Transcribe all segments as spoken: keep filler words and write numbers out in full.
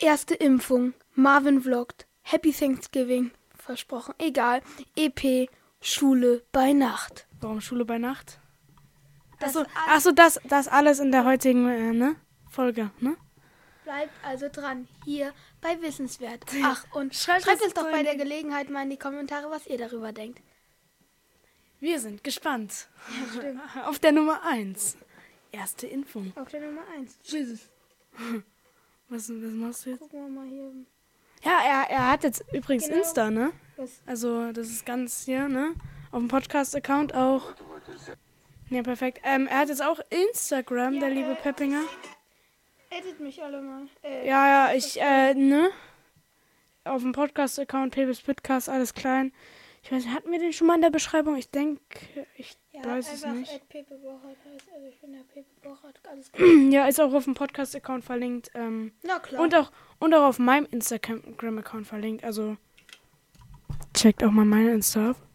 Erste Impfung. Marvin vloggt. Happy Thanksgiving. Versprochen. Egal. E P. Schule bei Nacht. Warum Schule bei Nacht? Das Achso, alles- achso das, das alles in der heutigen äh, ne? Folge, ne? Bleibt also dran. Hier bei Wissenswert. Ach, und Schreibt schreibt es uns doch in bei die- der Gelegenheit mal in die Kommentare, was ihr darüber denkt. Wir sind gespannt. Ja, stimmt. Auf der Nummer eins. Erste Impfung. Auf der Nummer eins. Jesus. Was, was machst du jetzt? Gucken wir mal hier. Ja, er, er hat jetzt übrigens Genau. Insta, ne? Was? Also, das ist ganz hier, ne? Auf dem Podcast-Account auch. Ja, perfekt. Ähm, er hat jetzt auch Instagram, Ja, der liebe äh, Peppinger. Edit mich alle mal. Äh, Ja, ja, ich, äh, ne? Auf dem Podcast-Account, Pebes Podcast, alles klein. Ich weiß nicht, hatten wir den schon mal in der Beschreibung? Ich denke, ich ja, weiß es einfach nicht. at Pepe Bochert heißt. Also ich bin der Pepe Bochert. Alles klar. Ja, ist auch auf dem Podcast-Account verlinkt. Ähm, Na klar. und, auch, und auch auf meinem Instagram-Account verlinkt. Also, checkt auch mal meine Insta ab.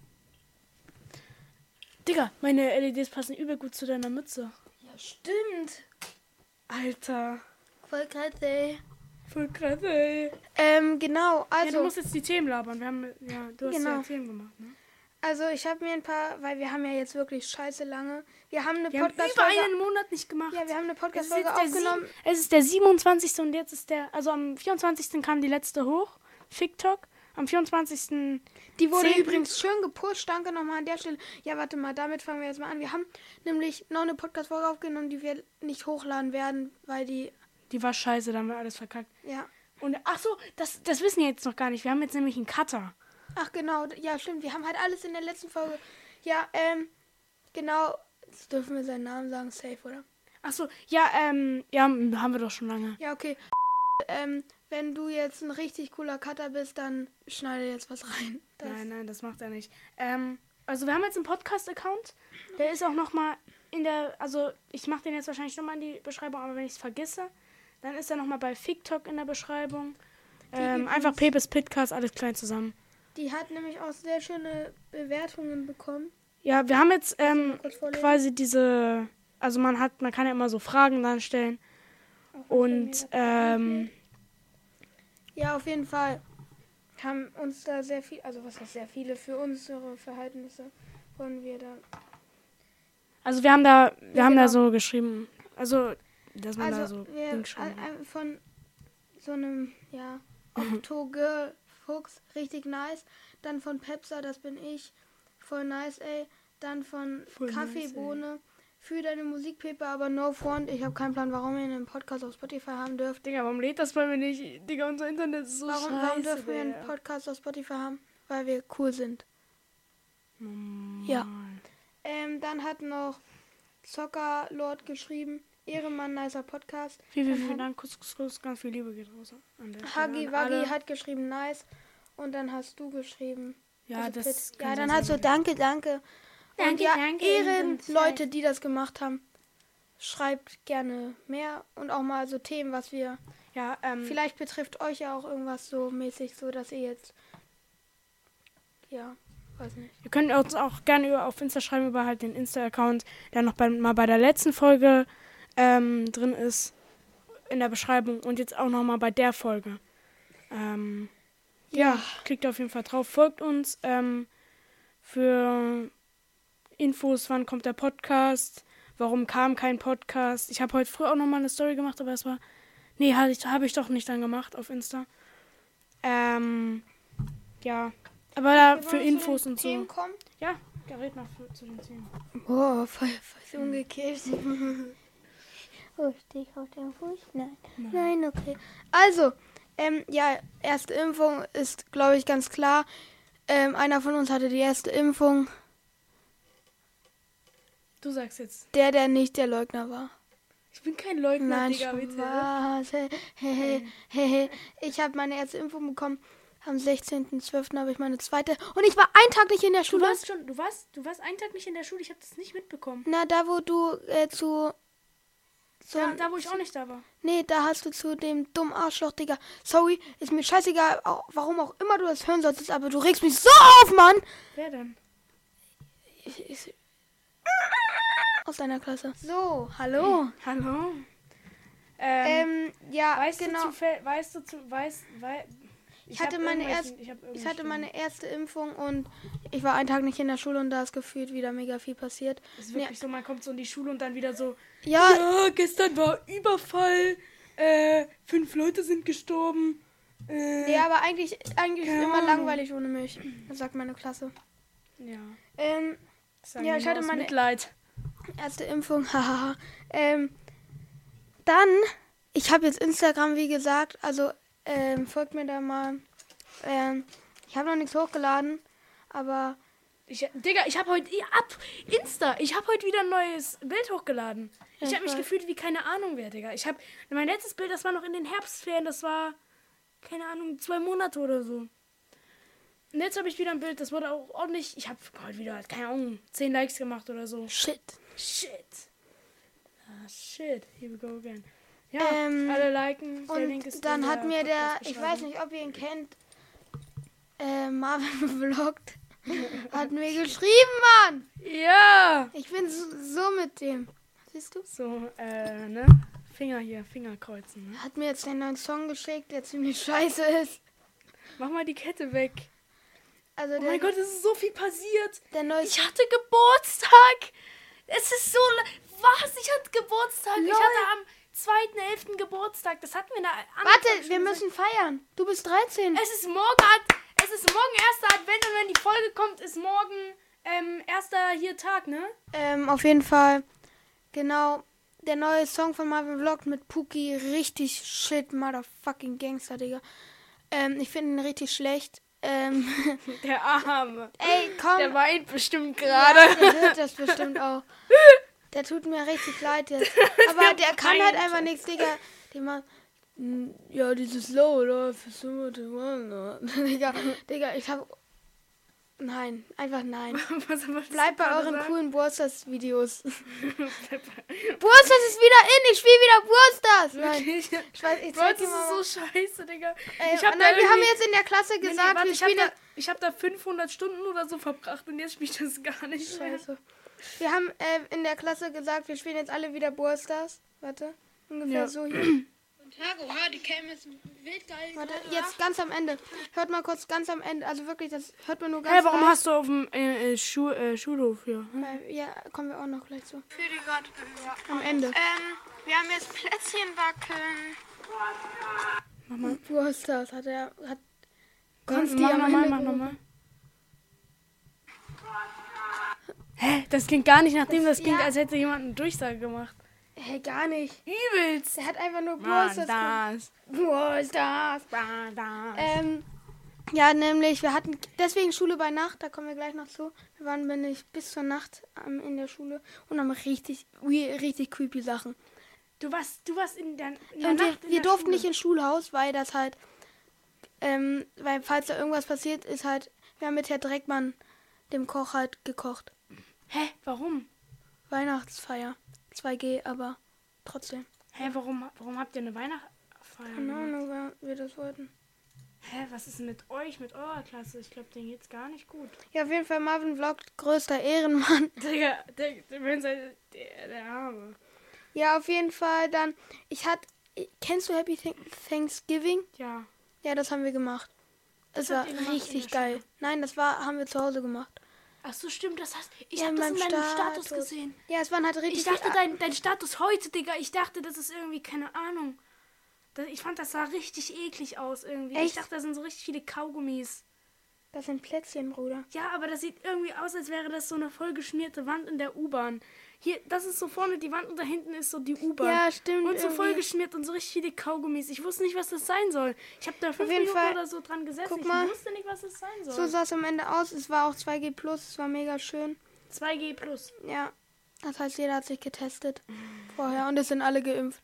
Digga, meine L E Ds passen übel gut zu deiner Mütze. Ja, stimmt. Alter. Voll krass, ey. Voll krass, ey. Ähm, genau. Ja, du Also, musst jetzt die Themen labern. Wir haben, ja, du hast Genau. ja Themen gemacht, ne? also ich habe mir ein paar, weil wir haben ja jetzt wirklich scheiße lange. Wir haben eine Wir haben über Podcast-Folge. einen Monat nicht gemacht. Ja, wir haben eine Es ist, Podcast-Folge jetzt der aufgenommen. sieben, es ist der siebenundzwanzigste und jetzt ist der, also am vierundzwanzigsten kam die letzte hoch. TikTok. Am vierundzwanzigsten Die wurde zehnten übrigens schön gepusht. Danke nochmal an der Stelle. Ja, warte mal, damit fangen wir jetzt mal an. Wir haben nämlich noch eine Podcast-Folge aufgenommen, die wir nicht hochladen werden, weil die, Die war scheiße, da haben wir alles verkackt. ja. Und ach so, das, das wissen wir jetzt noch gar nicht. Wir haben jetzt nämlich einen Cutter. Ach genau, ja stimmt. Wir haben halt alles in der letzten Folge. Ja, ähm, genau. Jetzt dürfen wir seinen Namen sagen, safe, oder? Ach so, ja, ähm, ja, haben wir doch schon lange. Ja, okay. Ähm, wenn du jetzt ein richtig cooler Cutter bist, dann schneide jetzt was rein. Das Nein, nein, das macht er nicht. Ähm, also wir haben jetzt einen Podcast-Account. Der ist auch nochmal in der, also ich mache den jetzt wahrscheinlich nochmal in die Beschreibung, aber wenn ich es vergesse, dann ist er nochmal bei TikTok in der Beschreibung. Ähm, übrigens- einfach Pepes Podcast, alles klein zusammen. Die hat nämlich auch sehr schöne Bewertungen bekommen. Ja, wir haben jetzt ähm, mal kurz vorlesen? quasi diese, also man hat, man kann ja immer so Fragen dann stellen. Und ähm, Ja, auf jeden Fall haben uns da sehr viel, also was heißt sehr viele, für unsere Verhältnisse wollen wir da. also wir haben da, wir Ja, haben genau. da so geschrieben, also dass man da Also so wir Dings schreiben ein- kann. ein- von so einem, ja, Octo-Girl Fuchs, richtig nice. Dann von Pepsa, das bin ich, voll nice, ey. Dann von Voll nice, Kaffeebohne, für deine Musik, Pepe, aber no front. Ich habe keinen Plan, warum ihr einen Podcast auf Spotify haben dürft. Digga, warum lädt das bei mir nicht? Digga, unser Internet ist so Warum, scheiße. warum dürfen wir einen Digga. Podcast auf Spotify haben? Weil wir cool sind. Ja. Ähm, dann hat noch Zockerlord geschrieben, Ehrenmann, nicer Podcast. Viel, viel, Dann vielen hat- Dank. Kuss, kuss, kuss, ganz viel Liebe geht raus an der Stelle Huggy an Wuggy alle. hat geschrieben, nice. Und dann hast du geschrieben. Ja, also das Pit. kann Ja, dann sehr, hast sehr du gut. danke, danke. Und Danke, ja, danke, Ehren, und Leute, die das gemacht haben. Schreibt gerne mehr und auch mal so Themen, was wir. Ja, ähm, Vielleicht betrifft euch ja auch irgendwas so mäßig, so dass ihr jetzt. Ja, weiß nicht. ihr könnt uns auch gerne über, auf Insta schreiben, über halt den Insta-Account, der noch bei, mal bei der letzten Folge ähm, drin ist, in der Beschreibung und jetzt auch noch mal bei der Folge. Ähm, ja. Ja. Klickt auf jeden Fall drauf, folgt uns ähm, für Infos, wann kommt der Podcast, warum kam kein Podcast. Ich habe heute früh auch noch mal eine Story gemacht, aber es war, nee, habe ich, hab ich doch nicht dann gemacht auf Insta. Ähm, ja, aber da Wir für wollen zu Infos den und so. Themen kommen. Ja, ja, red mal für, zu den Themen. Boah, voll, voll umgekehrt. Oh, steh ich auf dem Fuß? Nein. Nein, okay. Also, ähm, ja, erste Impfung ist, glaube ich, ganz klar. Ähm, einer von uns hatte die erste Impfung. Du sagst jetzt, Der, der nicht der Leugner war. ich bin kein Leugner, Nein, Digga, bitte. Spaß. He, he, he, he, he. Ich habe meine erste Impfung bekommen. Am sechzehnten zwölften habe ich meine zweite. Und ich war einen Tag nicht in der Du Schule. warst schon, du warst, du warst einen Tag nicht in der Schule, ich habe das nicht mitbekommen. Na, da wo du äh, zu... So, Ja, da, wo ich auch nicht da war. Nee, da hast du zu dem dummen Arschloch, Digga. Sorry, ist mir scheißegal, au- warum auch immer du das hören solltest, aber du regst mich so auf, Mann! Wer denn? Ich, ich, aus deiner Klasse. So, hallo. Hallo? Ähm, Ähm, ja, weißt genau. du zufällig, weißt du zu, weißt, wei, Ich hatte, meine erst, ich, hab ich hatte meine erste Impfung und ich war einen Tag nicht in der Schule und da ist gefühlt wieder mega viel passiert. Es ist wirklich Nee. so, man kommt so in die Schule und dann wieder so, Ja, ja, gestern war Überfall, äh, fünf Leute sind gestorben. Äh, nee, aber eigentlich, eigentlich ist keine es immer Ahnung. langweilig ohne mich. Das sagt meine Klasse. Ja, Ähm, das sagen Ja, die ich nur hatte aus meine- Mitleid. erste Impfung, hahaha. ähm, dann, ich habe jetzt Instagram, wie gesagt, also ähm, folgt mir da mal. Ähm, ich habe noch nichts hochgeladen, aber Ich, Digga, ich habe heute, ab Insta, ich habe heute wieder ein neues Bild hochgeladen. Ja, Ich habe ich mich weiß. gefühlt wie keine Ahnung wer, Digga. Ich habe, mein letztes Bild, das war noch in den Herbstferien, das war, keine Ahnung, zwei Monate oder so. Und jetzt habe ich wieder ein Bild, das wurde auch ordentlich, ich habe heute wieder, keine Ahnung, zehn Likes gemacht oder so. shit. Shit. Ah, shit. Here we go again. Ja, Ähm, alle liken. Der Link Und ist dann in hat mir der, ich Podcast-Beschreibung. weiß nicht, ob ihr ihn kennt, äh, Marvin Vlogt, hat mir geschrieben, Mann. Ja! Ich bin so, so mit dem. Siehst du? So, äh, ne? Finger hier, Finger kreuzen. Ne? Hat mir jetzt einen neuen Song geschickt, der ziemlich scheiße ist. Mach mal die Kette weg. Also Oh der, mein Gott, es ist so viel passiert. der neue Ich hatte Geburtstag. Es ist so... le- Was? Ich hatte Geburtstag. Ich Lol. hatte am zweiten elften Geburtstag. Das hatten wir in der anderen Warte, Folge wir schon müssen feiern. Du bist dreizehn. gesagt. Es ist morgen... Ad- Es ist morgen erster Advent und wenn die Folge kommt, ist morgen ähm, erster hier Tag, ne? Ähm, auf jeden Fall, genau, der neue Song von Marvin Vlog mit Pookie, richtig shit, motherfucking Gangster, Digga. Ähm, ich finde ihn richtig schlecht. Ähm, Der Arme. ey, komm. Der weint bestimmt Ja, gerade. der hört das bestimmt auch. Der tut mir richtig leid jetzt. Aber der kann halt weint. einfach nichts, Digga. Die macht, "Mm, ja, dieses Low läuft. Digga, Digga, ich hab... Nein, einfach nein. Was, was Bleibt bei gerade euren sagen? coolen Bursters-Videos. Bursters ist wieder in, ich spiele wieder Bursters. Nein, Wirklich? ich weiß, ich Bro, zeig das dir mal. ist so scheiße, Digga. Ey, ich hab nein, da wir haben irgendwie- jetzt in der Klasse Nee, nee, gesagt, warte, wir ich hab spielen... da, ich hab da fünfhundert Stunden oder so verbracht und jetzt spiele ich das gar nicht mehr. Scheiße. Wir haben äh, in der Klasse gesagt, wir spielen jetzt alle wieder Bursters. Warte, ungefähr Ja. so hier. Tago, hör, die Cam ist wild geil. Warte, jetzt ganz am Ende. Hört mal kurz ganz am Ende. Also wirklich, das hört man nur ganz Hey, warum leicht. hast du auf dem äh, äh, Schuh, äh, Schulhof hier? Hm? Weil- Ja, kommen wir auch noch gleich zu. Für die Gott. Ja. Am Ende. Ähm, wir haben jetzt Plätzchen backen. Mach mal. Bursters hat er... Hat Mach Konsti mach am nochmal, Ende mach gerufen. nochmal. Hä? Das klingt gar nicht nach dem, das klingt, ja. als hätte jemand eine Durchsage gemacht. Hey, gar nicht. Übelst! Der hat einfach nur Mann, Bursters... das. Bursters. Mann, das. Ähm, ja, nämlich, wir hatten deswegen Schule bei Nacht, da kommen wir gleich noch zu. Wir waren nämlich bis zur Nacht ähm, in der Schule und haben richtig, we- richtig creepy Sachen. Du warst, du warst in der, in der Und wir, Nacht in wir der durften Schule. nicht ins Schulhaus, weil das halt, ähm, weil falls da irgendwas passiert, ist halt, wir haben mit Herr Dreckmann, dem Koch, halt gekocht. Hä? Warum? Weihnachtsfeier. zwei G, aber trotzdem. Hä, warum, warum habt ihr eine Weihnachtsfeier? Keine gemacht? Ahnung, wer wir das wollten. Hä, was ist denn mit euch, mit eurer Klasse? Ich glaube, denen geht's gar nicht gut. Ja, auf jeden Fall Marvin vloggt, größter Ehrenmann. Digga, der, der, der, der, der Arme. Ja, auf jeden Fall dann, ich hatte, kennst du Happy Thank- Thanksgiving? Ja. Ja, das haben wir gemacht. Es Das war habt ihr gemacht in richtig der geil. Schule? Nein, das war, haben wir zu Hause gemacht. Ach so, stimmt, das hast ich Ja, hab in das in meinem deinem Status. Status. gesehen. Ja, es waren halt richtig Ich dachte, dein, dein Status heute, Digga, ich dachte, das ist irgendwie, keine Ahnung. Das, ich fand, das sah richtig eklig aus irgendwie. Ich Echt? dachte, da sind so richtig viele Kaugummis. Das sind Plätzchen, Bruder. Ja, aber das sieht irgendwie aus, als wäre das so eine vollgeschmierte Wand in der U-Bahn. Hier, das ist so vorne die Wand und da hinten ist so die U-Bahn. Ja, stimmt. Und so irgendwie. vollgeschmiert und so richtig viele Kaugummis. Ich wusste nicht, was das sein soll. Ich habe da fünf jeden Minuten Fall, oder so dran gesessen. guck Ich mal. wusste nicht, was das sein soll. So sah es am Ende aus. Es war auch zwei G plus. Es war mega schön. zwei G plus. Ja. Das heißt, jeder hat sich getestet vorher und es sind alle geimpft.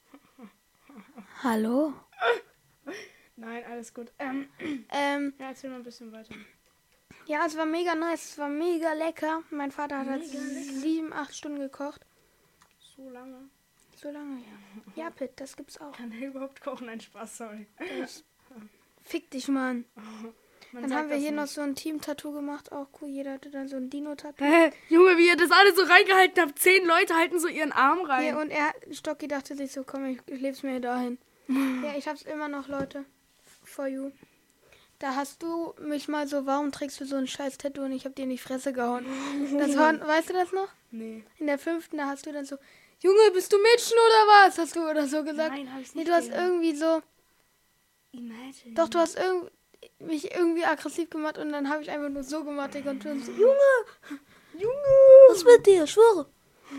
Hallo? Nein, alles gut. Ähm, Ähm, ja, erzähl mal ein bisschen weiter. ja, es war mega nice. Es war mega lecker. Mein Vater hat halt Mega lecker. sieben, acht Stunden gekocht. So lange. So lange, ja. Ja, Pitt, das gibt's auch. Kann der überhaupt kochen? Ein Spaß, sorry. Fick dich, Mann. Man Dann sagt haben wir das hier nicht. noch so ein Team-Tattoo gemacht. Auch cool. Jeder hatte dann so ein Dino-Tattoo. Hä? Junge, wie ihr das alles so reingehalten habt. Zehn Leute halten so ihren Arm rein. Hier, und er, Stocki dachte sich so, komm, ich, ich leb's mir dahin. Ja, ich hab's immer noch, Leute. For you. Da hast du mich mal so, warum trägst du so ein scheiß Tattoo und ich hab dir in die Fresse gehauen. Das war, weißt du das noch? Nee. In der fünften, da hast du dann so, Junge, bist du Mädchen oder was? Hast du oder so gesagt? Nein, hab ich Nee, nicht du hast gesagt. irgendwie so, Imagine. doch, du hast irgendwie mich irgendwie aggressiv gemacht und dann habe ich einfach nur so gemacht, Digga, und du dann so, Junge, Junge! was mit dir, schwöre.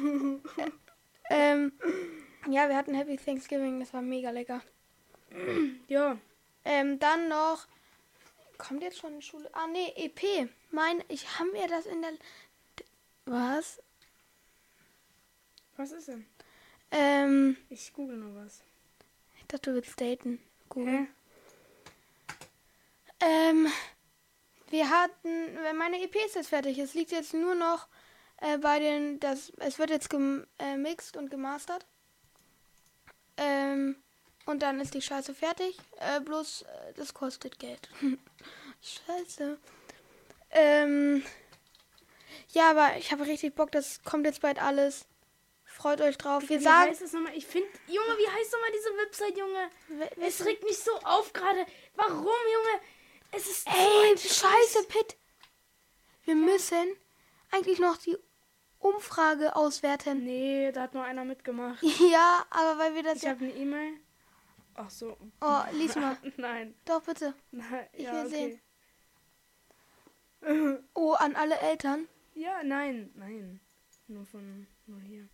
ähm, ja, wir hatten Happy Thanksgiving, das war mega lecker. Ja. Ähm, dann noch, kommt jetzt schon in die Schule? Ah, nee, E P. Mein, ich, haben wir das in der, was? Was ist denn? Ähm, Ich google nur was. ich dachte, du willst daten. Cool. Hä? Ähm, wir hatten, wenn meine E P ist jetzt fertig. Es liegt jetzt nur noch äh, bei den, das, es wird jetzt gemixt und gemastert. Ähm, und dann ist die Scheiße fertig. Äh, bloß, äh, das kostet Geld. Scheiße. Ähm, ja, aber ich habe richtig Bock, das kommt jetzt bald alles. Freut euch drauf. Wir wie sagen, heißt es nochmal? Ich finde, Junge, wie heißt nochmal diese Website, Junge? we- Es regt mich so auf gerade. Warum, Junge? Es ist so ey, ein scheiße, Pitt. Wir müssen eigentlich noch die Umfrage auswerten. Nee, da hat nur einer mitgemacht. Ja, aber weil wir das Ich ja... habe eine E-Mail. Ach so. Oh, lies mal. Nein. Doch, bitte. Nein. Ich ja, will okay. Oh, an alle Eltern. Ja, nein, nein. Nur von, nur hier.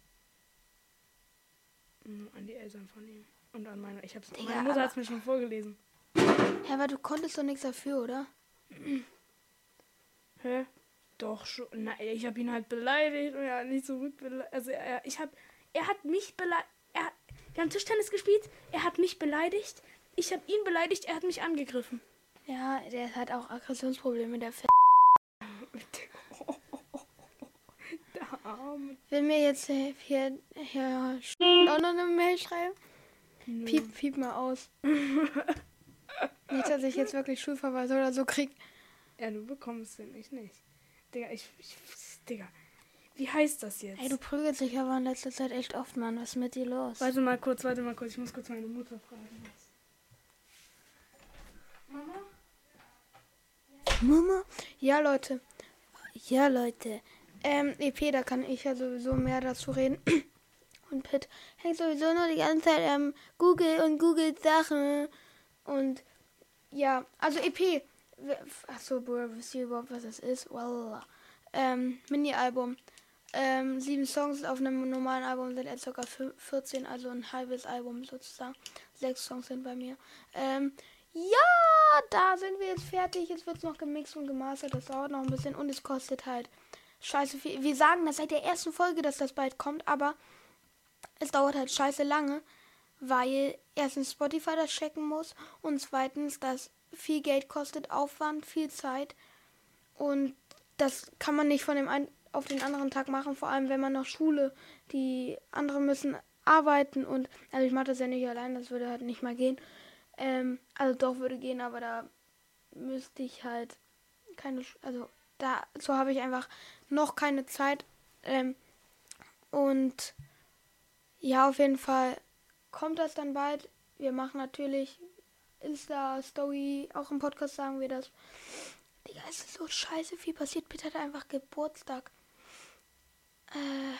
Nur an die Eltern von ihm. Und an meine, ich hab's, Digga, meine Mutter aber- hat's mir schon vorgelesen. Ja, aber du konntest doch nichts dafür, oder? Hä? Doch schon. Nein, ich habe ihn halt beleidigt und er hat nicht zurück beleidigt. Also er, ich hab, er hat mich beleidigt. Er, wir haben Tischtennis gespielt. Er hat mich beleidigt. Ich habe ihn beleidigt. Er hat mich angegriffen. Ja, der hat auch Aggressionsprobleme, der F Der Arme. Will mir jetzt äh, hier, hier auch noch eine Mail schreiben? Piep, piep mal aus. Nicht, dass ich jetzt wirklich Schulverweise oder so krieg. Ja, du bekommst den, ich nicht. Digga, ich, ich. Digga. Wie heißt das jetzt? Ey, du prügelst dich aber in letzter Zeit echt oft, Mann. Was ist mit dir los? Warte mal kurz, warte mal kurz. Ich muss kurz meine Mutter fragen. Mama? Mama? Ja, Leute. Ja, Leute. Ähm, E P, da kann ich ja sowieso mehr dazu reden. Und Pitt hängt sowieso nur die ganze Zeit am Google und googelt Sachen. Und ja, also E P. Achso, Bro, wisst ihr überhaupt, was das ist? Well, ähm, Mini-Album. Ähm, sieben Songs auf einem normalen Album sind jetzt sogar vierzehn, also ein halbes Album sozusagen. Sechs Songs sind bei mir. Ähm, ja, da sind wir jetzt fertig. Jetzt wird es noch gemixt und gemastert. Das dauert noch ein bisschen und es kostet halt scheiße viel. Wir sagen das seit der ersten Folge, dass das bald kommt, aber es dauert halt scheiße lange, weil erstens Spotify das checken muss und zweitens das viel Geld kostet, Aufwand, viel Zeit und das kann man nicht von dem einen auf den anderen Tag machen, vor allem wenn man noch Schule, die anderen müssen arbeiten und, also ich mache das ja nicht allein, das würde halt nicht mal gehen, ähm, also doch würde gehen, aber da müsste ich halt keine, Sch- also dazu habe ich einfach noch keine Zeit, ähm, und ja, auf jeden Fall kommt das dann bald. Wir machen natürlich Insta-Story, auch im Podcast sagen wir das. Digga, es ist so scheiße viel passiert. Peter hat einfach Geburtstag. Äh.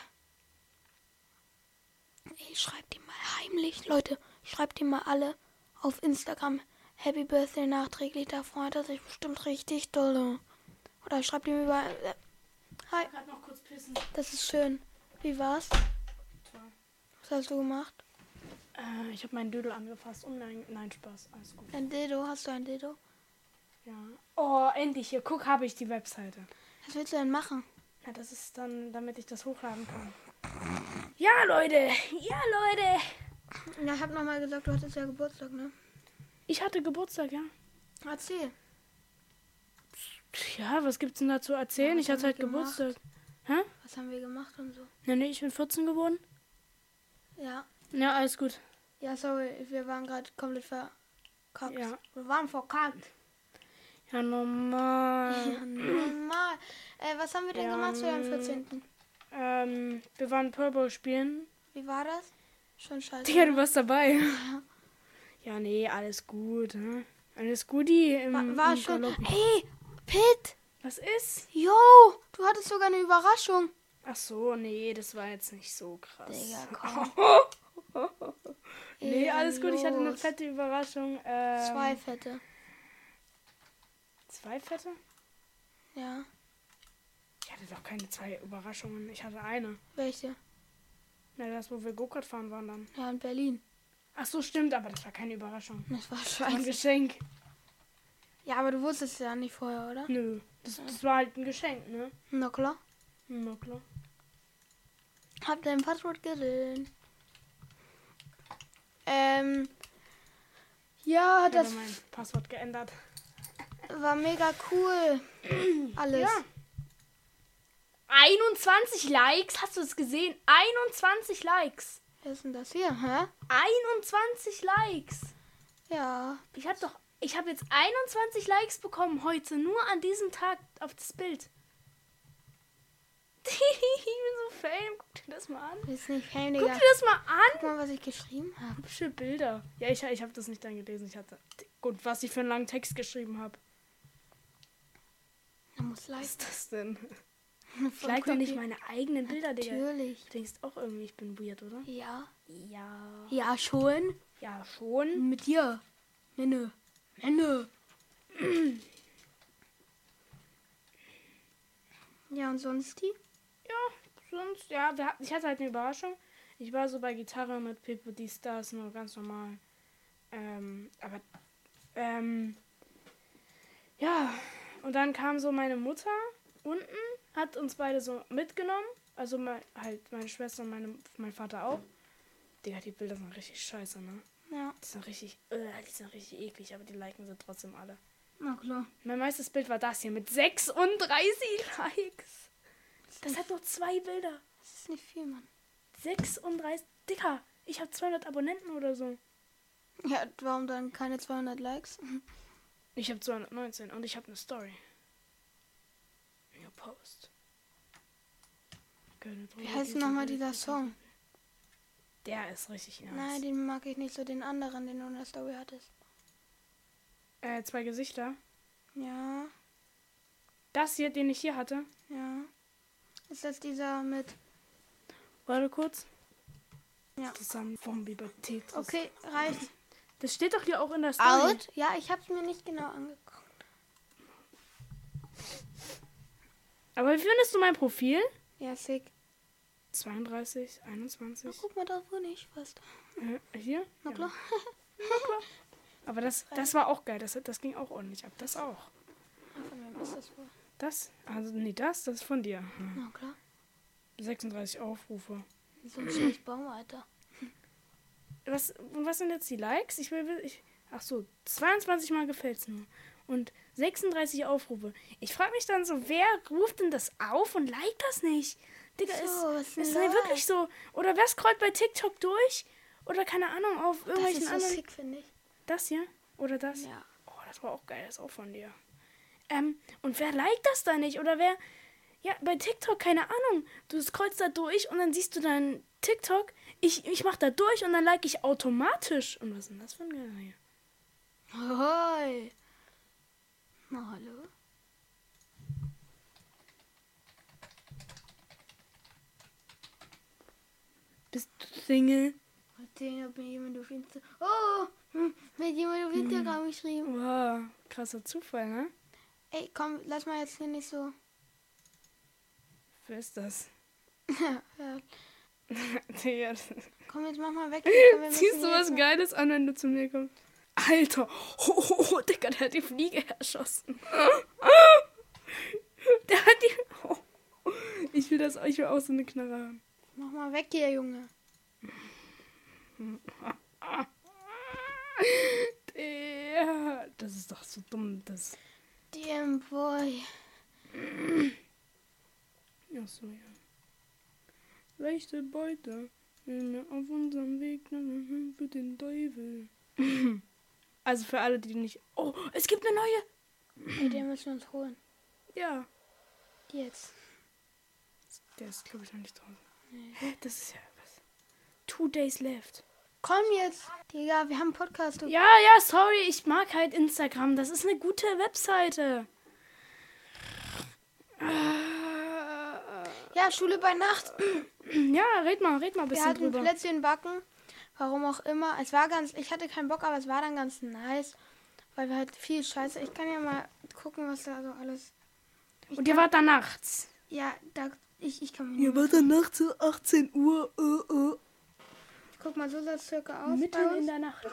Ich schreibe die mal heimlich. Leute, schreibt die mal alle auf Instagram. Happy Birthday nachträglich. Da freut er sich bestimmt richtig dolle. Oder schreibt ihm über. Äh, hi. Gerade noch kurz pissen. Das ist schön. Wie war's? Toll. Was hast du gemacht? Äh, ich habe meinen Dödel angefasst. Und nein, nein, Spaß. Alles gut. Ein Dildo? Hast du ein Dildo? Ja. Oh, endlich hier. Guck, habe ich die Webseite. Was willst du denn machen? Na, das ist dann, damit ich das hochladen kann. Ja, Leute. Ja, Leute. Ja, ich hab nochmal gesagt, du hattest ja Geburtstag, ne? Ich hatte Geburtstag, ja. Erzähl. Ja, was gibt's denn da zu erzählen? Ja, was ich hatte haben halt wir gemacht? Geburtstag. Hä? Was haben wir gemacht und so? Ja, nee, ich bin vierzehn geworden. Ja. Ja, alles gut. Ja, sorry, wir waren gerade komplett verkackt. Ja. Wir waren verkackt. Ja, normal. Ja, normal. Äh, was haben wir denn Ja, gemacht zu deinem vierzehnten? Ähm, wir waren Purple spielen. Wie war das? Schon scheiße. Digga, du warst dabei. Ja, ja nee, alles gut. Hm? Alles Guti im, War, war im schon. Galoppi. Hey, Pit! Was ist? Yo, du hattest sogar eine Überraschung. Ach so, nee, das war jetzt nicht so krass. Digga, komm. Nee, alles gut, ich hatte eine Ehrenlos. fette Überraschung. Ähm, Zwei fette. Zwei fette? Ja. Ich hatte doch keine zwei Überraschungen. Ich hatte eine. Welche? Na, das, wo wir Go-Kart fahren waren dann. Ja, in Berlin. Ach so, stimmt, aber das war keine Überraschung. Das war Das war ein scheiße. Geschenk. Ja, aber du wusstest es ja nicht vorher, oder? Nö, das, das war halt ein Geschenk, ne? Na klar. Na klar. Hab dein Passwort gesehen. Ähm. Ja, Ich das habe mein Passwort geändert. war mega cool. Alles. Ja. einundzwanzig Likes, hast du es gesehen? einundzwanzig Likes. Wer ist denn das hier, hä? einundzwanzig Likes. Ja. Ich habe doch, ich habe jetzt einundzwanzig Likes bekommen heute, nur an diesem Tag auf das Bild. Ich bin so fame. Guck dir das mal an. Ist nicht Fame, Guck Digga. dir das mal an. Guck mal, was ich geschrieben habe. Hübsche Bilder. Ja, ich, ich habe das nicht dann gelesen. Ich hatte, gut, was ich für einen langen Text geschrieben habe. Da muss Was live. ist das denn? Ich like doch nicht meine eigenen Bilder, Digga. Natürlich. Du denkst auch irgendwie, ich bin weird, oder? Ja. Ja. Ja, schon. Ja, schon. Mit dir. Nenne. Nenne. Ja, und sonst die? Ja, sonst, ja, wir, hat- ich hatte halt eine Überraschung. Ich war so bei Gitarre mit Pippo, die Stars, nur ganz normal. Ähm, aber, ähm, ja, und dann kam so meine Mutter unten, hat uns beide so mitgenommen. Also mein, halt meine Schwester und meine, mein Vater auch. Digga, die Bilder sind richtig scheiße, ne? Ja. Die sind richtig, äh, die sind richtig eklig, aber die liken sie trotzdem alle. Na klar. Mein meistes Bild war das hier mit sechsunddreißig Likes. Das hat noch zwei Bilder. Das ist nicht viel, Mann. sechsunddreißig. Dicker, ich habe zweihundert Abonnenten oder so. Ja, warum dann keine zweihundert Likes? Ich habe zweihundertneunzehn und ich habe eine Story. New Post. Wie heißt denn nochmal dieser Song? Der ist richtig nice. Nein, den mag ich nicht so, den anderen, den du in der Story hattest. Äh, zwei Gesichter. Ja, Das hier, den ich hier hatte. ja. Ist das dieser mit... Warte kurz. Ja. Zusammen vom wie bei Tetris. Okay, reicht. Das steht doch hier auch in der Story. Out? Ja, ich hab's mir nicht genau angeguckt. Aber wie findest du mein Profil? Ja, sick. zweiunddreißig, Na, einundzwanzig. guck mal, da wo nicht fast. Äh, hier? Na Ja. klar. Aber das, das war auch geil. Das, das ging auch ordentlich ab. Das auch. Von wem ist das wohl? Das? Also, nee, das, das ist von dir. Hm. Na klar. sechsunddreißig Aufrufe. So ein scheiß Baum, Alter. Was, und was sind jetzt die Likes? Ich will, ich, ach so, zweiundzwanzig Mal gefällt's nur. Und sechsunddreißig Aufrufe. Ich frage mich dann so, wer ruft denn das auf und liked das nicht? Digga, So, ist, was ist denn ist das nicht los? wirklich so? Oder wer scrollt bei TikTok durch? Oder keine Ahnung, auf Das irgendwelchen ist so anderen... sick, finde ich. Das hier? Oder das? Ja. Oh, das war auch geil, das ist auch von dir. Ähm, und wer liked das da nicht? Oder wer... Ja, bei TikTok, keine Ahnung. Du scrollst da durch und dann siehst du dann TikTok. Ich, ich mach da durch und dann like ich automatisch. Und was ist denn das für ein Geiler hier? Hoi. Na, hallo? Bist du Single? Den hat mir jemand auf Instagram... Oh! Hm, mir hat jemand auf Instagram geschrieben. Wow, krasser Zufall, ne? Ey, komm, lass mal jetzt hier nicht so... Wer ist das? ja. Digga, das- Komm, jetzt mach mal weg. Komm, wir müssen Ziehst du hier was jetzt Geiles an, wenn du zu mir kommst? Alter! Ho, ho, ho, Digga, der hat die Fliege erschossen. Der hat die... Oh. Ich will das, ich will auch so eine Knarre haben. Mach mal weg hier, Junge. Der, das ist doch so dumm, das... Damn boy. Ach so, ja. Leichte Beute, wenn wir auf unserem Weg für den Teufel. Also für alle, die nicht... Oh, es gibt eine neue... Ey, den müssen wir uns holen. Ja. Jetzt. Der ist, glaube ich, noch nicht draußen. Nee. Das ist ja was. Two days left. Komm jetzt. Digga, wir haben einen Podcast. Du. Ja, ja, sorry. Ich mag halt Instagram. Das ist eine gute Webseite. Ja, Schule bei Nacht. Ja, red mal, red mal ein Wir bisschen hatten drüber. Plätzchen backen. Warum auch immer. Es war ganz, ich hatte keinen Bock, aber es war dann ganz nice. Weil wir halt viel Scheiße. Ich kann ja mal gucken, was da so alles. Ich Und ihr kann, wart da nachts. Ja, da, ich, ich kann mich Ihr nicht. wart da nachts um achtzehn Uhr. Uh, uh. Guck mal, so sah es circa aus. Mitten bei uns. in der Nacht.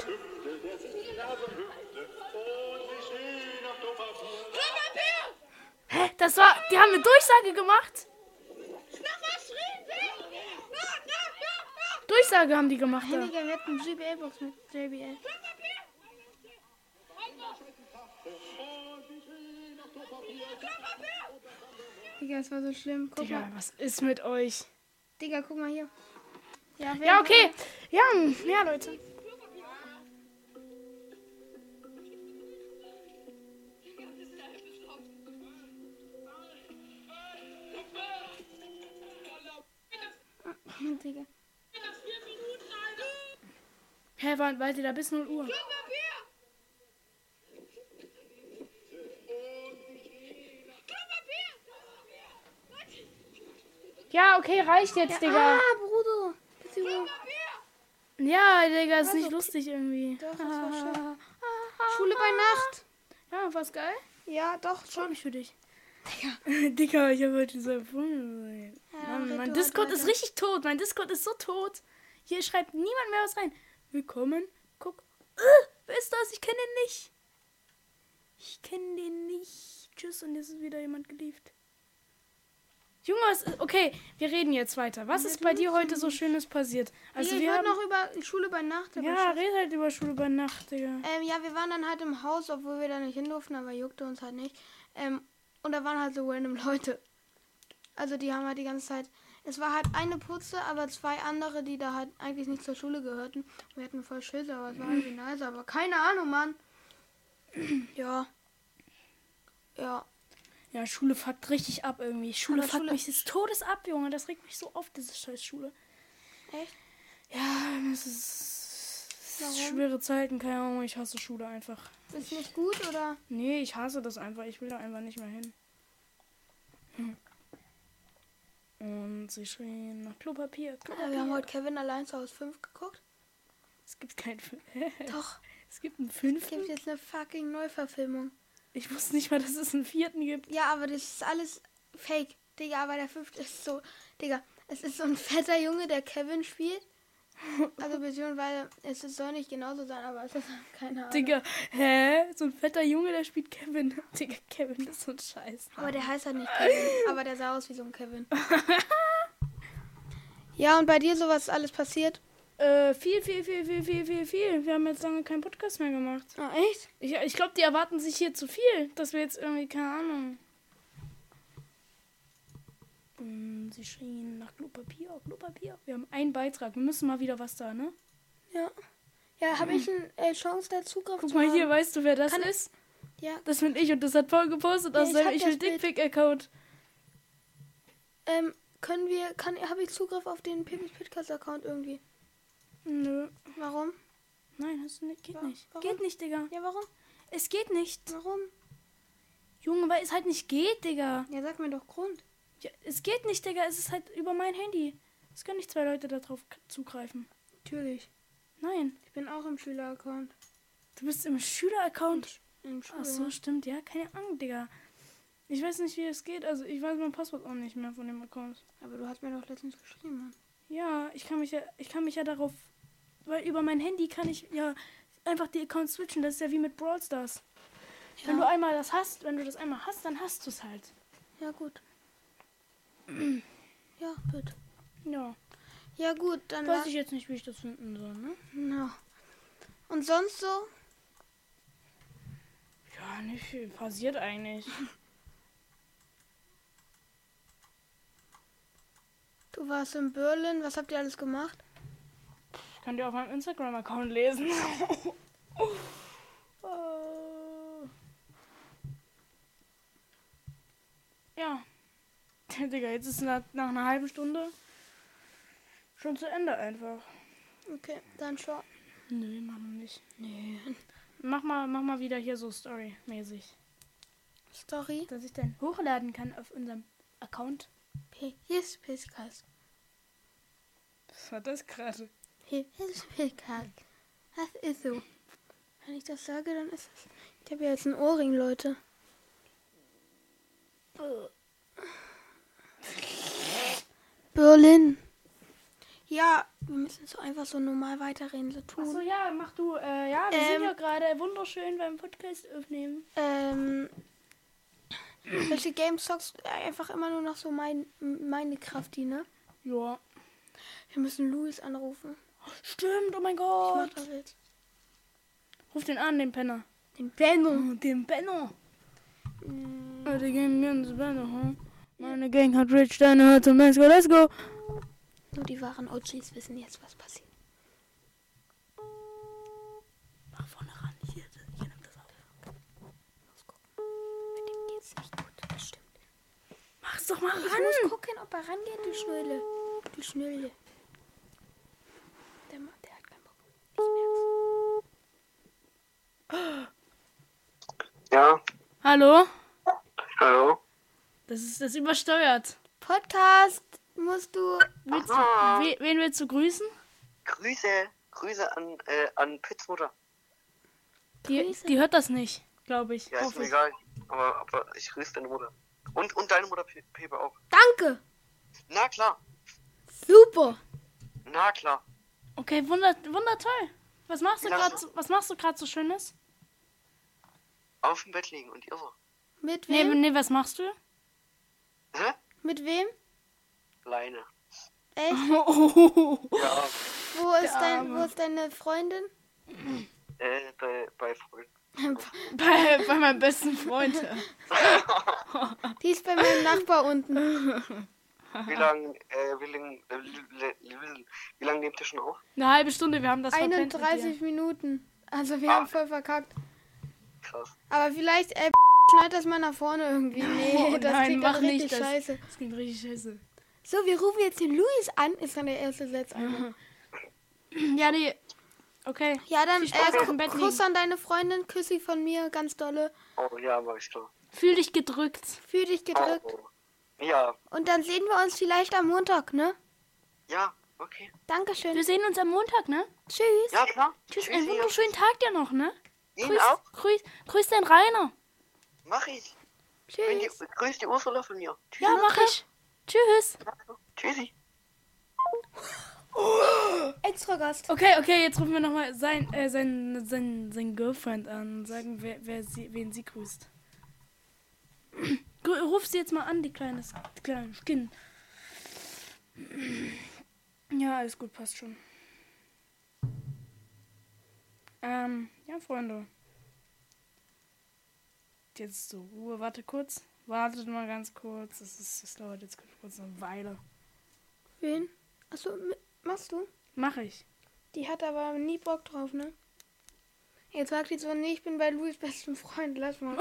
Hä? Das war. Die haben eine Durchsage gemacht. Durchsage haben die gemacht. Hey, Da. Digga, wir hatten J B L-Box mit J B L. Digga, es war so schlimm. Guck Digga, mal. was ist mit euch? Digga, guck mal hier. Ja, wer- Ja, okay. Ja, ja, Leute. Digga. Hä, war, wart ihr da bis null Uhr? Ja, okay, reicht jetzt, Digga. Ah, Bruder. Beziehungsweise- Ja, Digga, ist nicht okay. lustig irgendwie. Doch, das war schön. Schule bei Nacht. Ja, war's geil? Ja, doch, Freut schon. mich für dich. Digga. Digga, ich habe heute so erfunden. Ja, Mann, red mein du Discord halt ist weiter. richtig tot. Mein Discord ist so tot. Hier schreibt niemand mehr was rein. Willkommen. Guck. Äh, wer ist das? Ich kenne den nicht. Ich kenne den nicht. Tschüss. Und jetzt ist wieder jemand gelieft. Junge, was ist... Okay, wir reden jetzt weiter. Was ist bei dir heute so Schönes passiert? Also Also ich wir wollte haben... noch über Schule bei Nacht. aber Ja, ich- red halt über Schule bei Nacht, Digga. Ähm, ja, wir waren dann halt im Haus, obwohl wir da nicht hin durften, aber juckte uns halt nicht. Ähm, und da waren halt so random Leute. Also die haben halt die ganze Zeit... Es war halt eine Putze, aber zwei andere, die da halt eigentlich nicht zur Schule gehörten. Wir hatten voll Schiss, aber es war irgendwie nice. Aber keine Ahnung, Mann. Ja. Ja. Ja, Schule fuckt richtig ab irgendwie. Schule Aber fuckt Schule- mich des Todes ab, Junge. Das regt mich so auf, diese scheiß Schule. Echt? Ja, das ist, das Warum? ist schwere Zeiten, keine Ahnung. Ich hasse Schule einfach. Ist nicht gut, oder? Nee, ich hasse das einfach. Ich will da einfach nicht mehr hin. Hm. Und sie schrien nach Klopapier. Klopapier. Ja, wir haben heute Kevin allein zu Hause fünf geguckt. Es gibt kein Film. Doch. Es gibt einen Es fünften. gibt jetzt eine fucking Neuverfilmung. Ich wusste nicht mal, dass es einen vierten gibt. Ja, aber das ist alles fake. Digga, aber der fünfte ist so... Digga, es ist so ein fetter Junge, der Kevin spielt. Also beziehungsweise, es ist- soll nicht genauso sein, aber es ist keine Ahnung. Digga, hä? So ein fetter Junge, der spielt Kevin. Digga, Kevin ist so ein Scheiß. Aber der heißt halt nicht Kevin. Aber der sah aus wie so ein Kevin. Ja, und bei dir sowas alles passiert? Äh, viel, viel, viel, viel, viel, viel, viel. Wir haben jetzt lange keinen Podcast mehr gemacht. Ah, echt? Ich, ich glaube, die erwarten sich hier zu viel, dass wir jetzt irgendwie, keine Ahnung. Mm, Sie schrien nach Klopapier, Klopapier. Wir haben einen Beitrag. Wir müssen mal wieder was da, ne? Ja. Ja, habe ich eine äh, Chance, da Zugriff Guck zu mal haben? hier, weißt du, wer das Kann- ist? Ja, Das bin ich und das hat Paul gepostet Ja, aus ich seinem hab Ich das will Bild. Dickpick-Account. ähm, können wir, kann, habe ich Zugriff auf den Pipis Podcast-Account irgendwie? Nö. Warum? Nein, hast du nicht. Geht Wa- nicht. warum? Geht nicht, Digga. Ja, warum? Es geht nicht. Warum? Junge, weil es halt nicht geht, Digga. Ja, sag mir doch Grund. Ja, es geht nicht, Digga. Es ist halt über mein Handy. Es können nicht zwei Leute darauf k- zugreifen. Natürlich. Nein. Ich bin auch im Schüler-Account. Du bist im Schüler-Account. Im Schüler. Ach so, stimmt. Ja, keine Ahnung, Digga. Ich weiß nicht, wie es geht. Also, ich weiß mein Passwort auch nicht mehr von dem Account. Aber du hast mir doch letztens geschrieben, Mann. Ja, ich kann mich ja, ich kann mich ja darauf, weil über mein Handy kann ich ja einfach die Accounts switchen. Das ist ja wie mit Brawl Stars. Ja. Wenn du einmal das hast, wenn du das einmal hast, dann hast du es halt. Ja, gut. Ja, bitte. Ja. Ja, gut, dann... Weiß la- ich jetzt nicht, wie ich das finden soll, ne? Ja. Und sonst so? Ja, nicht viel passiert eigentlich. Du warst in Berlin. Was habt ihr alles gemacht? Könnt ihr auf meinem Instagram-Account lesen. Äh, Digga, jetzt ist nach, nach einer halben Stunde schon zu Ende einfach. Okay, dann schau. Nö, mach noch nicht. Nee. Mach mal, mach mal wieder hier so Story-mäßig. Story. Dass ich dann hochladen kann auf unserem Account. P- Hier ist Podcast. Was war das gerade? Hier ist Podcast. Das ist so. Wenn ich das sage, dann ist es. Ich habe ja jetzt ein Ohrring, Leute. Berlin. Ja, wir müssen so einfach so normal weiterreden, so tun. Achso, ja, mach du. Äh, ja, wir Ähm. sind ja gerade wunderschön beim Podcast aufnehmen. Ähm, welche Games zockst du? Einfach immer nur noch so mein, meine Kraft, die, ne? Ja. Wir müssen Luis anrufen. Stimmt, oh mein Ich mach Gott. das jetzt. Ruf den an, den Penner. Den Benno. Oh, den Benner. Mm, Oh, die gehen mir ins Benner, hm? Meine Gang hat Rich, deine hört zum Let's go, let's go. Nur die wahren O Gs wissen jetzt, was passiert. Mach vorne ran, hier, hier nimmt das auf. Muss gucken. Mit dem geht's nicht gut, das stimmt. Mach's doch mal Ich ran. muss gucken, ob er rangeht, du Schnöle. Du Schnöle. Der, ma- der hat keinen Bock. Ich merk's. Ja, Hallo? hallo. Das ist das übersteuert. Podcast musst du. Willst du, Aha. we, wen willst du grüßen? Grüße, Grüße an, äh, an Pits Mutter. Die, Grüße. die hört das nicht, glaube ich. Ja, ist Hoffe mir ich. egal. Aber, aber ich grüße deine Mutter. Und, und deine Mutter, Pe- Pepe, auch. Danke. Na klar, Super. na klar. Okay, wunder, wundertoll. Was machst du Wie lange- gerade? Was machst du gerade so Schönes? Auf dem Bett liegen und ihr so. Mit Nee, wem? nee, was machst du? Hä? Mit wem? Leine. Echt? Oh. Ja, Wo ist, dein, Arme. wo ist deine Freundin? äh, bei, bei Freunden. bei, bei meinem besten Freund. Die ist bei meinem Nachbar unten. Wie lang, äh, wie lang, äh, l- l- l- wie lang nehmt ihr schon auf? Eine halbe Stunde, wir haben das verpennt mit dir. einunddreißig Minuten. Also wir Ah. haben voll verkackt. Krass. Aber vielleicht äh, schneid das mal nach vorne irgendwie. Nee, Oh das nein, klingt mach dann nicht richtig das. scheiße. Das klingt richtig scheiße. So, wir rufen jetzt den Luis an. Ist dann der erste Satz einfach. Ja, nee. Okay. Ja, dann Viel Spaß äh, auf dem Bett Kuss liegen. an deine Freundin. Küssi von mir, ganz dolle. Oh ja, mach ich klar. Fühl dich gedrückt. Fühl dich gedrückt. Oh. Ja, Und dann sehen wir uns vielleicht am Montag, ne? ja, okay. Dankeschön. Wir sehen uns am Montag, ne? Tschüss. Ja, klar. Tschüss, Tschüssi. einen wunderschönen Tag dir noch, ne? Ihnen Grüß, auch. grüß, grüß den Rainer. Mach ich. Wenn die, Tschüss. grüß die Ursula von mir. Ja, mach ich. Tschüss. Tschüssi. Extra Gast. Okay, okay, jetzt rufen wir nochmal sein, äh, sein, sein, sein Girlfriend an und sagen, wer, wer sie, wen sie grüßt. Gru- Ruf sie jetzt mal an, die kleine, die kleine Skin. Ja, alles gut, passt schon. Ähm, ja, Freunde. Jetzt so Ruhe, warte kurz. Wartet mal ganz kurz. Das, ist, das dauert jetzt kurz eine Weile. Wen? Achso, mi- machst du? Mach ich. Die hat aber nie Bock drauf, ne? Jetzt sagt die so, nee, ich bin bei Louis besten Freund. Lass mal.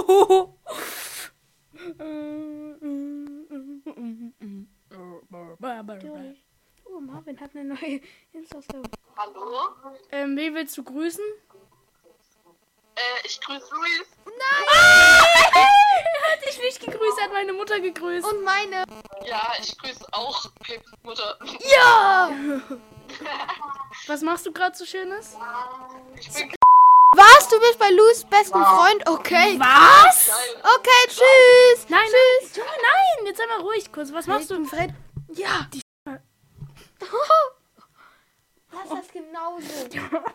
Natürlich. Oh, Marvin hat eine neue Insta-Story. Hallo? ähm, wen willst du grüßen? Äh, ich grüße Luis. Er hat dich nicht gegrüßt, er hat meine Mutter gegrüßt. Und meine. Ja, ich grüße auch Pips Mutter. Ja! Was machst du gerade so Schönes? Ich bin Was? Du bist bei Louis besten Freund? Okay. Was? geil. Okay, tschüss. Nein, tschüss. Nein, nein, jetzt sei mal ruhig kurz. Was machst du? Fred? Ja. Lass das genauso.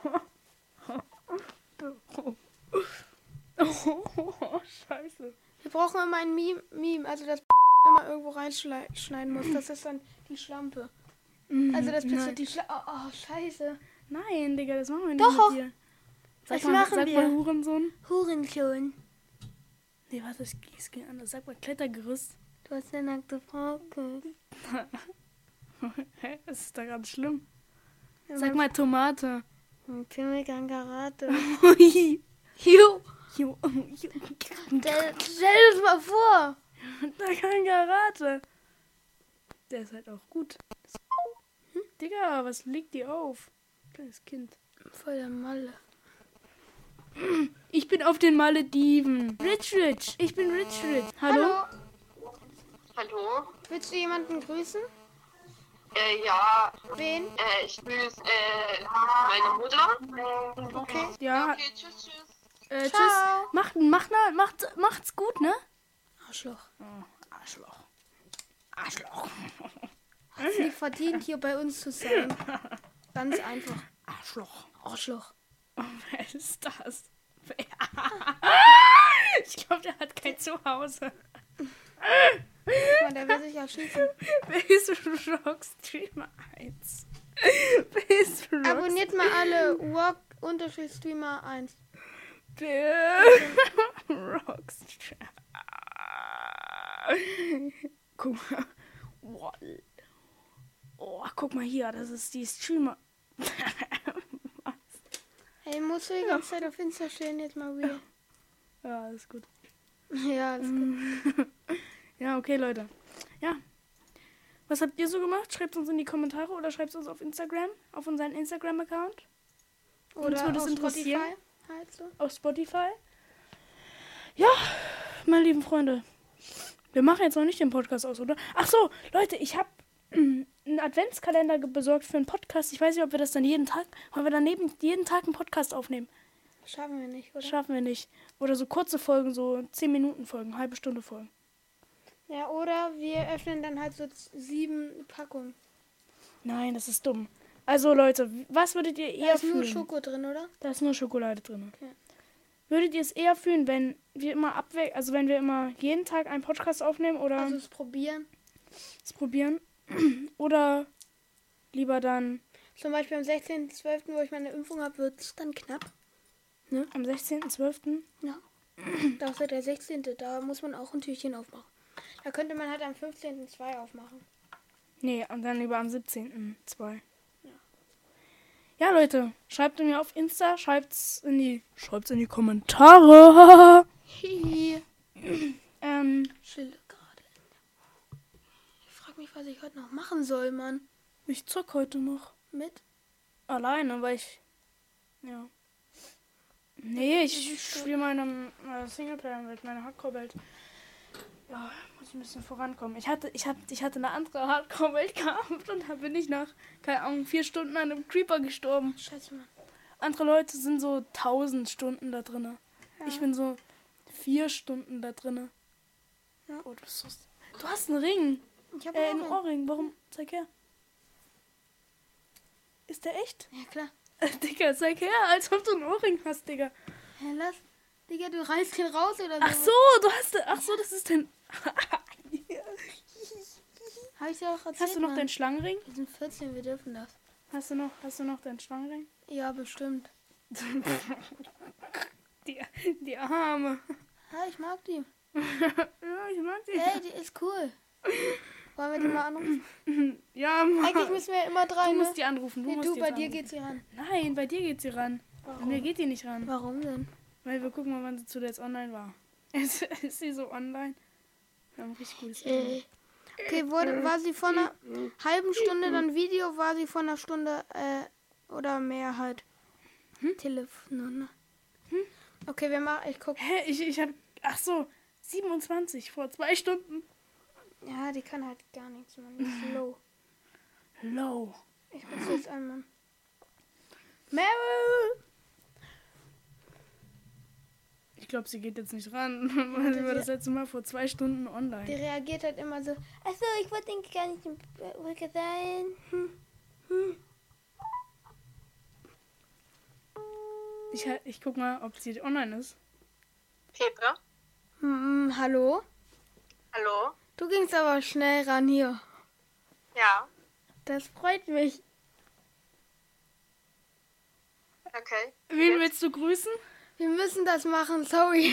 Oh, scheiße. Wir brauchen immer ein Meme, Meme also das immer irgendwo reinschneiden muss. Das ist dann die Schlampe. Also das Nein. ist die Schlampe. Oh, oh, scheiße. Nein, Digga, das machen wir nicht Doch. mit dir. Sag Das mal, machen sag wir. mal Hurensohn. Hurensohn. Nee, warte, es es ging anders. Sag mal Klettergerüst. Du hast eine nackte Frau geküsst. Hä? Das ist da ganz schlimm. Sag mal Tomate. Ziemlich an Karate. Ui. Jo. Jo. Stell, stell das mal vor. Da kann Karate. Der ist halt auch gut. Hm? Digga, was liegt dir auf? Kleines Kind. Voll der Malle. Ich bin auf den Malediven. Rich Rich. Ich bin Rich Rich. Hallo? Hallo, Hallo? willst du jemanden grüßen? Äh, ja, Wen? äh, ich grüße äh, meine Mutter. Okay. Ja, Okay, tschüss, tschüss. äh, tschüss. Ciao. Macht, macht, na- macht, macht's gut, ne? Arschloch. Oh, Arschloch. Arschloch. Hat sie nicht verdient, hier bei uns zu sein. Ganz einfach. Arschloch. Arschloch. Wer ist das? Wer? Ich glaube, der hat kein Zuhause. Man, der will sich erschießen. Wer ist Rockstreamer eins? Wer ist Rock Abonniert mal alle Walk-Streamer eins. Der Rockstreamer. Guck mal. Oh, oh, guck mal hier, das ist die Streamer. Hey, musst du die ganze Zeit auf Insta stehen, jetzt mal real. Ja, alles gut. Ja, alles gut. Ja, okay, Leute. Ja. Was habt ihr so gemacht? Schreibt uns in die Kommentare oder schreibt uns auf Instagram, auf unseren Instagram-Account. Uns Oder würde es auf interessieren. Spotify halt so. Auf Spotify. Ja, meine lieben Freunde. Wir machen jetzt noch nicht den Podcast aus, oder? Ach so, Leute, ich habe einen Adventskalender ge- besorgt für einen Podcast. Ich weiß nicht, ob wir das dann jeden Tag, wollen wir daneben jeden Tag einen Podcast aufnehmen. Schaffen wir nicht, oder? Schaffen wir nicht. Oder so kurze Folgen, so zehn Minuten Folgen, halbe Stunde Folgen. Ja, oder wir öffnen dann halt so z- sieben Packungen. Nein, das ist dumm. Also Leute, was würdet ihr Da eher ist nur fühlen? Schoko drin, oder? Da ist nur Schokolade drin. Okay. Würdet ihr es eher fühlen, wenn wir immer abwe also wenn wir immer jeden Tag einen Podcast aufnehmen oder Also es probieren. es probieren? Oder lieber dann Zum Beispiel am sechzehnten zwölften, wo ich meine Impfung habe, wird es dann knapp. am sechzehnten zwölften? Ja. Da ist ja der sechzehnte Da muss man auch ein Türchen aufmachen. Da könnte man halt am fünfzehnten zwei aufmachen. Nee, und dann lieber am siebzehnten zwei. Ja. Ja, Leute, schreibt mir auf Insta, schreibt's in die schreibt's in die Kommentare. Hihi. ähm, Chille gerade. Ich frage mich, was ich heute noch machen soll, Mann. ich zock heute noch Mit? alleine, weil ich ja. Nee, ich spiele meine äh, Singleplayer-Welt, meine Hardcore-Welt. Ja, muss ich ein bisschen vorankommen. Ich hatte, ich hatte, ich hatte eine andere Hardcore-Welt gehabt und da bin ich nach, keine Ahnung, vier Stunden an einem Creeper gestorben. Scheiße, Mann. Andere Leute sind so tausend Stunden da drinne. Ja. Ich bin so vier Stunden da drinne. Ja. Oh, du bist so, du hast einen Ring. Ich habe Äh, auch einen einen. Ohrring. Warum? Zeig her. Ist der echt? Ja, klar. Digga, zeig her, als ob du einen Ohrring hast, Digga. Hä, lass. Digga, du reißt den raus oder so. Ach so, du hast, ach so, das ist dein. Hab ich dir auch erzählt, Hast du noch Mann. deinen Schlangenring? Wir sind vierzehn, wir dürfen das. Hast du noch, hast du noch deinen Schlangenring? Ja, bestimmt. Die, die Arme. Ja, ich mag die. Ja, ich mag die. Ey, die ist cool. Wollen wir die mal anrufen? Ja, Mann. Eigentlich müssen wir ja immer drei, Du ne? musst die anrufen. Du Nee, musst du, die bei jetzt dir anrufen. geht sie ran. Nein, bei dir geht sie ran. Bei Warum? mir geht die nicht ran. Warum denn? Weil wir gucken mal, wann sie zuletzt online war. Ist, ist sie so online? Wir haben richtig gutes Äh. Okay, wurde, war sie vor einer halben Stunde dann Video, war sie vor einer Stunde äh, oder mehr halt Telefon, ne? Okay, wir machen, ich guck. Hä, ich, ich hab. Ach so, siebenundzwanzig vor zwei Stunden. Ja, die kann halt gar nichts, Mann. Die ist low. Low. Ich rufe jetzt an, Mann. Meryl! Ich glaube, sie geht jetzt nicht ran, weil sie war das letzte Mal vor zwei Stunden Die online. reagiert halt immer so, achso, ich wollte den gar nicht im Brücke sein. Hm. Hm. Ich, ich guck mal, ob sie online ist. Pepe? Hm, hallo? Hallo? Du gingst aber schnell ran hier. Ja, Das freut mich. okay. Wen willst du grüßen? Wir müssen das machen, sorry.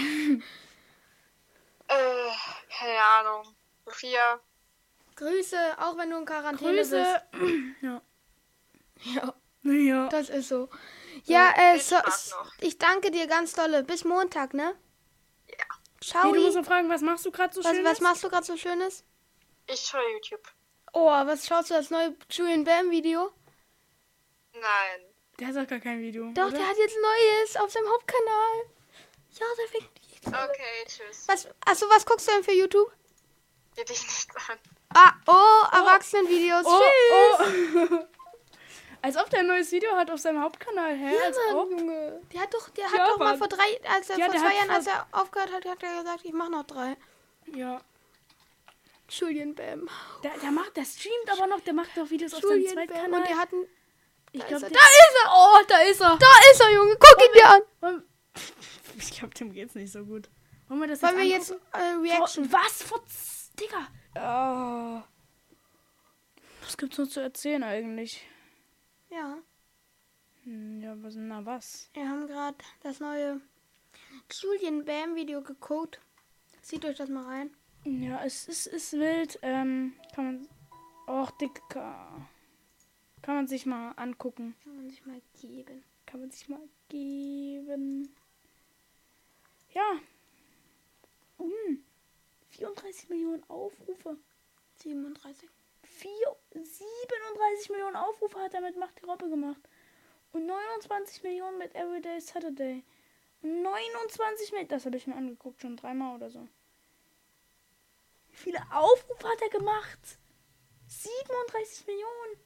Äh, keine Ahnung. Sophia. Grüße, auch wenn du in Quarantäne Grüße. Ja. bist. Ja, Ja. das ist so. Ja, äh, Viel so, Spaß noch. ich danke dir ganz dolle. Bis Montag, ne? Ja. Ciao. Hey, du musst noch fragen, was machst du gerade so was, Schönes? was machst du gerade so Schönes? Ich schaue YouTube. Oh, was schaust du das neue Julian Bam Video? Nein. Der hat doch gar kein Video. Doch, oder? der hat jetzt ein neues auf seinem Hauptkanal. Ja, der fängt jetzt. Okay, tschüss. Was, achso, was guckst du denn für YouTube? Geht dich nicht an. Ah, oh, Erwachsenenvideos. Oh, Tschüss. oh. Als ob der ein neues Video hat auf seinem Hauptkanal. Hä? Ja, Als Mann, ob? Junge. Der hat doch, der Ja, hat doch mal Mann. vor drei, als er Ja, vor der zwei hat Jahren, vor- als er aufgehört hat, hat er gesagt, ich mach noch drei. Ja. Julian Bam. Der, der macht, der streamt aber noch, der macht doch Videos auf seinem Julian Bam. Zweitkanal. Und der hat einen, ich da, glaube, ist er. da ist er. Oh, da ist er. Da ist er, Junge. Guck ihn dir an. Ich glaube, dem geht's nicht so gut. Wollen wir das Wollen wir jetzt jetzt angucken? äh, Reaction? Vor, was? Vor, Digga. Oh. Was gibt's noch zu erzählen eigentlich? Ja, Hm, ja, was, na was? wir haben gerade das neue Julian Bam Video geguckt. Zieht euch das mal rein. Ja, es ist, ist wild. Ähm, kann man... Och, Dicker. Kann man sich mal angucken. Kann man sich mal geben. Kann man sich mal geben. Ja. Hm. vierunddreißig Millionen Aufrufe. siebenunddreißig. Vier, siebenunddreißig Millionen Aufrufe hat er mit Macht die Robbe gemacht. Und neunundzwanzig Millionen mit Everyday Saturday. Und neunundzwanzig Millionen, das habe ich mir angeguckt, schon dreimal oder so. Wie viele Aufrufe hat er gemacht? siebenunddreißig Millionen.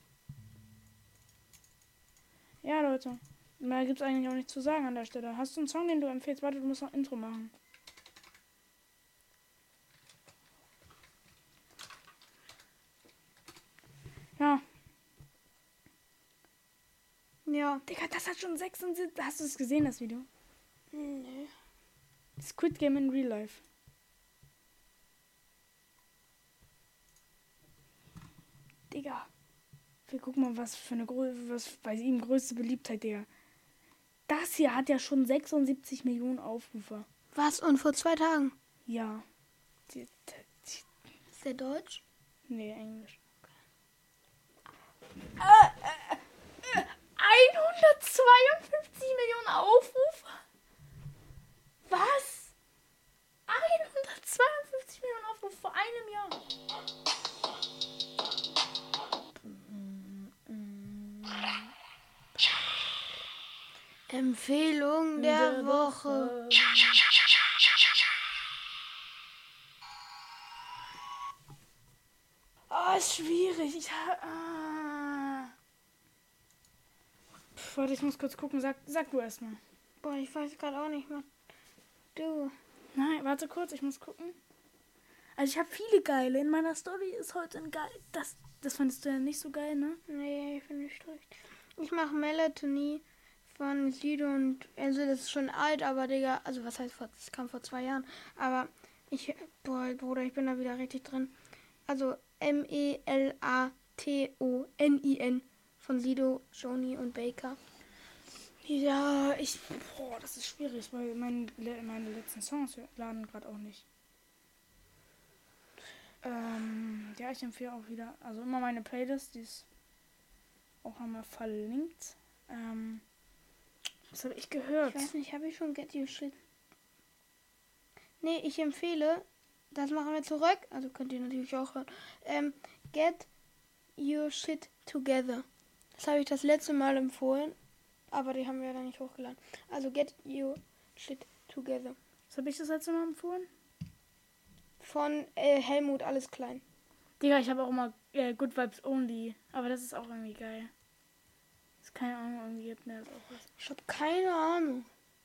Ja, Leute. Mehr gibt es eigentlich auch nicht zu sagen an der Stelle. Hast du einen Song, den du empfehlst? Warte, du musst noch Intro machen. Ja. Ja. Digga, das hat schon sechsundsiebzig. Hast du es gesehen, das Video? Nee. Squid Game in Real Life. Digga. Wir gucken mal, was für eine Größe, was bei ihm größte Beliebtheit, Digga. Das hier hat ja schon sechsundsiebzig Millionen Aufrufe. Was? Und vor zwei Tagen? Ja. Die, die, Ist der Deutsch? nee, Englisch. Äh, äh, äh, hundertzweiundfünfzig Millionen Aufrufe? Was? hundertzweiundfünfzig Millionen Aufrufe vor einem Jahr. Empfehlung der, Woche. Oh, ist schwierig. Ich ha- ah. Pff, warte, ich muss kurz gucken. Sag, sag du erstmal. Boah, ich weiß gerade auch nicht mehr. Du. Nein, warte kurz, ich muss gucken. Also ich habe viele geile. In meiner Story ist heute ein geil. Das, das fandest du ja nicht so geil, ne? Nee, ich finde nicht schlecht. Ich mache Melatonie von Sido und, also das ist schon alt, aber Digga, also was heißt, vor- das kam vor zwei Jahren, aber ich, boah, Bruder, ich bin da wieder richtig drin. Also M E L A T O N I N von Sido, Joni und Baker. Ja, ich. Boah, das ist schwierig, weil mein, meine letzten Songs laden gerade auch nicht. Ähm, ja, ich empfehle auch wieder. Also immer meine Playlist, die ist auch einmal verlinkt. Ähm, was habe ich gehört? Ich weiß nicht, habe ich schon Get Your Shit? Nee, ich empfehle, das machen wir zurück, also könnt ihr natürlich auch hören, ähm, Get Your Shit Together. Das habe ich das letzte Mal empfohlen, aber die haben wir dann nicht hochgeladen. Also Get Your Shit Together. Was habe ich das letzte Mal empfohlen? Von äh, Helmut, alles klein. Digga, ich habe auch immer äh, Good Vibes Only. Aber das ist auch irgendwie geil. Das ist keine Ahnung, irgendwie gibt mir das auch was. Ich habe keine Ahnung.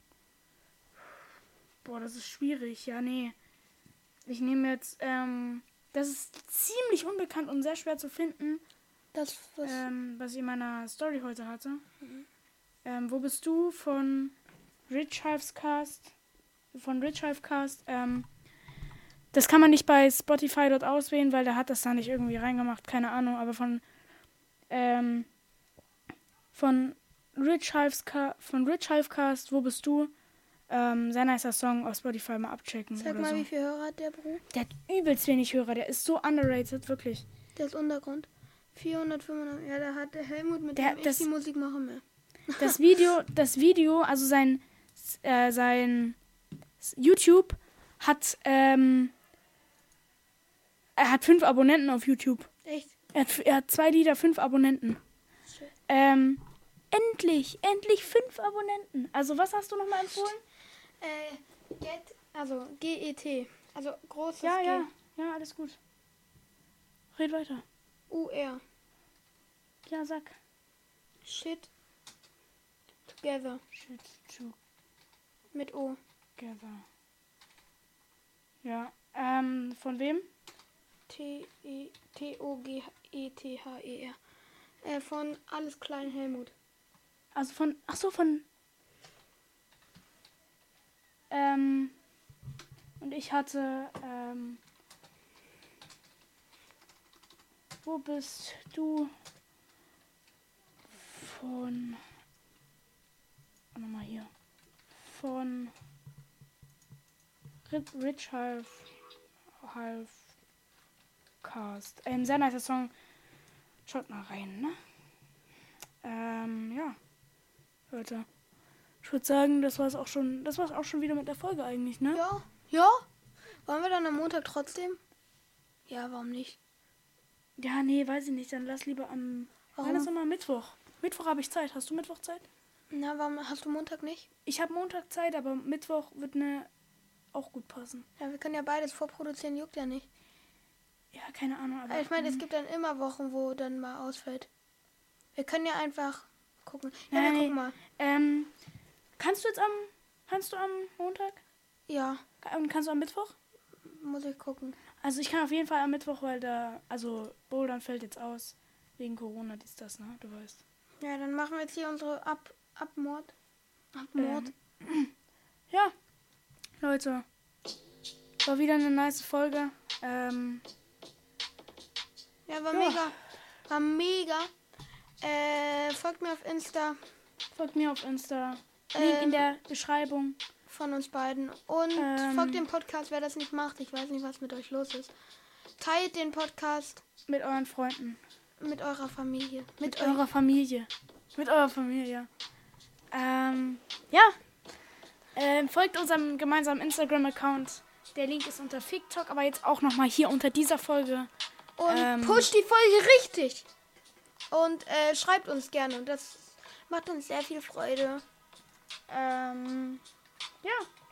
Boah, das ist schwierig. Ja, nee. Ich nehme jetzt, ähm, das ist ziemlich unbekannt und sehr schwer zu finden, Das, was... ähm, was ich in meiner Story heute hatte. Mhm. Ähm, wo bist du? Von Rich Hives Cast. Von Rich Hive Cast. Ähm, das kann man nicht bei Spotify dort auswählen, weil der hat das da nicht irgendwie reingemacht. Keine Ahnung, aber von, ähm, von Rich Hives Ca- von Rich Hive Cast, wo bist du? Ähm, sehr nicer Song auf Spotify mal abchecken. Sag oder mal, so. wie viel Hörer hat der Bro? Der hat übelst wenig Hörer, der ist so underrated, wirklich. Der ist Untergrund. vierhundert, fünfhundert. Ja, da hat der Helmut mit Der- dem ich das- die Musik mache mehr. Das Video, das Video, also sein, äh, sein YouTube hat, ähm, er hat fünf Abonnenten auf YouTube. Echt? Er hat, er hat zwei Lieder, fünf Abonnenten. Ähm, endlich, endlich fünf Abonnenten. Also was hast du nochmal empfohlen? Äh, Get, also G E T. Also großes Ja, G. ja, ja, alles gut. Red weiter. U R. Ja, sag. Shit. Together. Shit Mit O. together. Ja, ähm, von wem? T E T O G E T H E R. Äh, von Alles Klein Helmut. Also von, ach so, von, ähm, und ich hatte, ähm, wo bist du? Von, nochmal hier, von Rich, Rich Half, Half Cast. Ein sehr nicer Song. Schaut mal rein, ne? Ähm, ja. Leute. Ich würde sagen, das war es auch schon, das war's auch schon wieder mit der Folge eigentlich, ne? Ja. Ja? Wollen wir dann am Montag trotzdem? Ja, warum nicht? Ja, nee, weiß ich nicht. Dann lass lieber am, Warum? wann ist immer Mittwoch? Mittwoch habe ich Zeit. Hast du Mittwoch Zeit? Na, warum hast du Montag nicht? Ich habe Montag Zeit, aber Mittwoch wird ne auch gut passen. Ja, wir können ja beides vorproduzieren, juckt ja nicht. Ja, keine Ahnung, aber Ich meine, es hm. gibt dann immer Wochen, wo dann mal ausfällt. Wir können ja einfach gucken. Ja, Nein, wir nee. gucken mal. Ähm, kannst du jetzt am, kannst du am Montag? Ja, Und kannst du am Mittwoch? muss ich gucken. Also ich kann auf jeden Fall am Mittwoch, weil da, also Bouldern fällt jetzt aus. Wegen Corona, dies, das, ne? Du weißt. Ja, dann machen wir jetzt hier unsere Ab Abmord. Abmord. Ähm, ja, Leute. War wieder eine nice Folge. Ähm, Ja, war ja. mega. War mega. Äh, folgt mir auf Insta folgt mir auf Insta. Link Ähm, in der Beschreibung. von uns beiden. Und Ähm. folgt dem Podcast, wer das nicht macht. Ich weiß nicht, was mit euch los ist. Teilt den Podcast Mit euren Freunden. mit eurer Familie. Mit, Mit euch. eurer Familie. Mit eurer Familie. Ähm, ja. Ähm, folgt unserem gemeinsamen Instagram-Account. Der Link ist unter TikTok, aber jetzt auch nochmal hier unter dieser Folge. Und ähm, pusht die Folge richtig. Und äh, schreibt uns gerne. Und das macht uns sehr viel Freude. Ähm, ja.